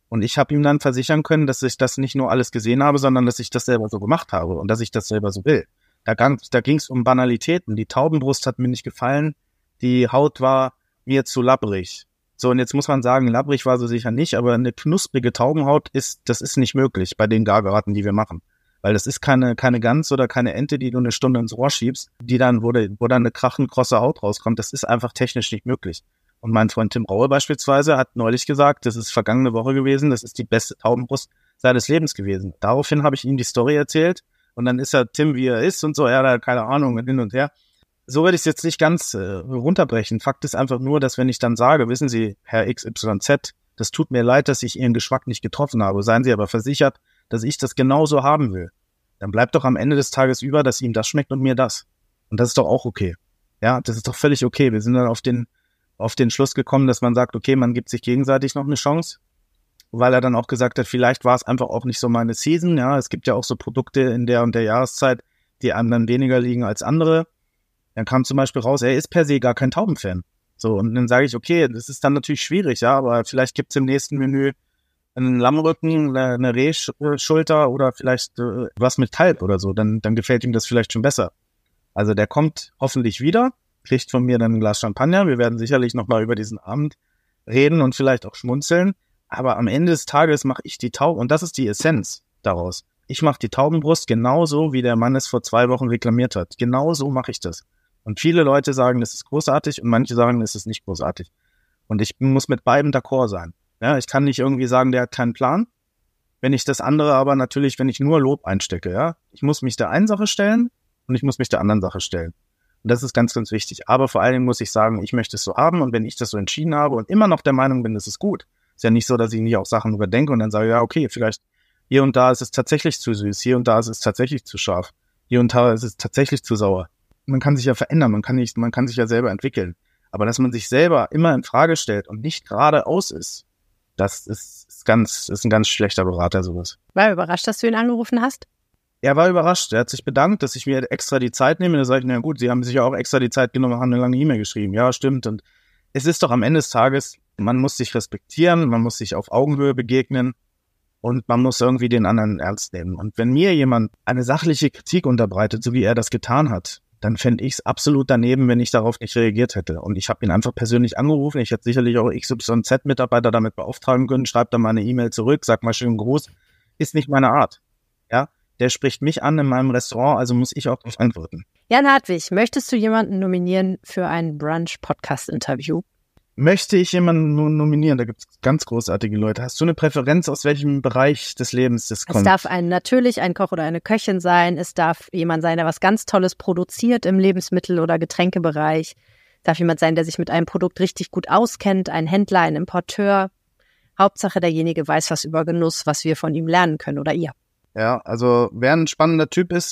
Und ich habe ihm dann versichern können, dass ich das nicht nur alles gesehen habe, sondern dass ich das selber so gemacht habe und dass ich das selber so will. Da ging es um Banalitäten. Die Taubenbrust hat mir nicht gefallen, die Haut war mir zu labbrig. So, und jetzt muss man sagen, labbrig war sie sicher nicht, aber eine knusprige Taubenhaut das ist nicht möglich bei den Gargaraten, die wir machen. Weil das ist keine Gans oder keine Ente, die du eine Stunde ins Rohr schiebst, die dann, wo dann eine krachend krosse Haut rauskommt. Das ist einfach technisch nicht möglich. Und mein Freund Tim Raue beispielsweise hat neulich gesagt, das ist vergangene Woche gewesen, das ist die beste Taubenbrust seines Lebens gewesen. Daraufhin habe ich ihm die Story erzählt und dann ist er Tim, wie er ist und so, ja, keine Ahnung, hin und her. So werde ich es jetzt nicht ganz runterbrechen. Fakt ist einfach nur, dass wenn ich dann sage, wissen Sie, Herr XYZ, das tut mir leid, dass ich Ihren Geschmack nicht getroffen habe, seien Sie aber versichert, dass ich das genauso haben will. Dann bleibt doch am Ende des Tages über, dass ihm das schmeckt und mir das. Und das ist doch auch okay. Ja, das ist doch völlig okay. Wir sind dann auf den Schluss gekommen, dass man sagt, okay, man gibt sich gegenseitig noch eine Chance, weil er dann auch gesagt hat, vielleicht war es einfach auch nicht so meine Season. Ja, es gibt ja auch so Produkte in der und der Jahreszeit, die einem dann weniger liegen als andere. Dann kam zum Beispiel raus, er ist per se gar kein Taubenfan. So, und dann sage ich, okay, das ist dann natürlich schwierig, ja, aber vielleicht gibt's im nächsten Menü einen Lammrücken, eine Rehschulter oder vielleicht was mit Kalb oder so. Dann gefällt ihm das vielleicht schon besser. Also der kommt hoffentlich wieder, kriegt von mir dann ein Glas Champagner. Wir werden sicherlich nochmal über diesen Abend reden und vielleicht auch schmunzeln. Aber am Ende des Tages mache ich die Tauben, und das ist die Essenz daraus. Ich mache die Taubenbrust genauso, wie der Mann es vor 2 Wochen reklamiert hat. Genauso mache ich das. Und viele Leute sagen, das ist großartig und manche sagen, das ist nicht großartig. Und ich muss mit beiden d'accord sein. Ja, ich kann nicht irgendwie sagen, der hat keinen Plan. Wenn ich das andere aber natürlich, wenn ich nur Lob einstecke, ja. Ich muss mich der einen Sache stellen und ich muss mich der anderen Sache stellen. Und das ist ganz, ganz wichtig. Aber vor allen Dingen muss ich sagen, ich möchte es so haben und wenn ich das so entschieden habe und immer noch der Meinung bin, das ist gut. Ist ja nicht so, dass ich nicht auch Sachen überdenke und dann sage, ja, okay, vielleicht hier und da ist es tatsächlich zu süß, hier und da ist es tatsächlich zu scharf, hier und da ist es tatsächlich zu sauer. Man kann sich ja verändern, man kann sich ja selber entwickeln. Aber dass man sich selber immer in Frage stellt und nicht geradeaus ist, das ist ein ganz schlechter Berater, sowas. War er überrascht, dass du ihn angerufen hast? Er war überrascht. Er hat sich bedankt, dass ich mir extra die Zeit nehme. Da sage ich, na gut, Sie haben sich ja auch extra die Zeit genommen, haben eine lange E-Mail geschrieben. Ja, stimmt. Und es ist doch am Ende des Tages, man muss sich respektieren, man muss sich auf Augenhöhe begegnen und man muss irgendwie den anderen ernst nehmen. Und wenn mir jemand eine sachliche Kritik unterbreitet, so wie er das getan hat, dann fände ich es absolut daneben, wenn ich darauf nicht reagiert hätte. Und ich habe ihn einfach persönlich angerufen. Ich hätte sicherlich auch XYZ-Mitarbeiter damit beauftragen können. Schreibt dann mal eine E-Mail zurück, sagt mal schönen Gruß. Ist nicht meine Art. Ja, der spricht mich an in meinem Restaurant, also muss ich auch darauf antworten. Jan Hartwig, möchtest du jemanden nominieren für ein Brunch-Podcast-Interview? Möchte ich jemanden nominieren? Da gibt es ganz großartige Leute. Hast du eine Präferenz, aus welchem Bereich des Lebens das kommt? Es darf natürlich ein Koch oder eine Köchin sein. Es darf jemand sein, der was ganz Tolles produziert im Lebensmittel- oder Getränkebereich. Es darf jemand sein, der sich mit einem Produkt richtig gut auskennt, ein Händler, ein Importeur. Hauptsache, derjenige weiß was über Genuss, was wir von ihm lernen können oder ihr. Ja, also wer ein spannender Typ ist,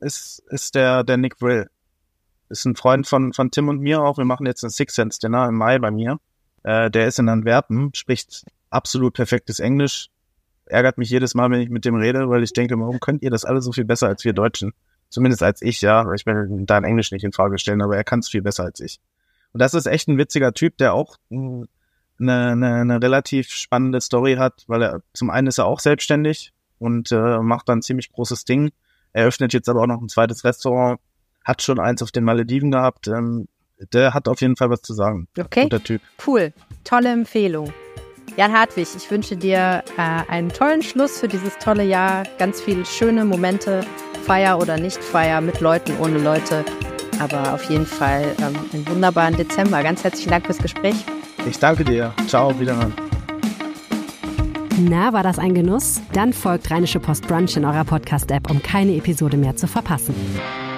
ist der Nick Brill. Ist ein Freund von Tim und mir auch. Wir machen jetzt ein Six Sense Dinner im Mai bei mir. Der ist in Antwerpen, spricht absolut perfektes Englisch. Ärgert mich jedes Mal, wenn ich mit dem rede, weil ich denke, warum könnt ihr das alle so viel besser als wir Deutschen? Zumindest als ich, ja. Ich werde dein Englisch nicht in Frage stellen, aber er kann es viel besser als ich. Und das ist echt ein witziger Typ, der auch eine relativ spannende Story hat, weil er zum einen ist er auch selbstständig und macht dann ein ziemlich großes Ding. Er öffnet jetzt aber auch noch ein zweites Restaurant. Hat schon eins auf den Malediven gehabt. Der hat auf jeden Fall was zu sagen. Okay, guter Typ. Cool. Tolle Empfehlung. Jan Hartwig, ich wünsche dir einen tollen Schluss für dieses tolle Jahr. Ganz viele schöne Momente, Feier oder nicht Feier, mit Leuten, ohne Leute. Aber auf jeden Fall einen wunderbaren Dezember. Ganz herzlichen Dank fürs Gespräch. Ich danke dir. Ciao, wiederhören. Na, war das ein Genuss? Dann folgt Rheinische Post Brunch in eurer Podcast-App, um keine Episode mehr zu verpassen.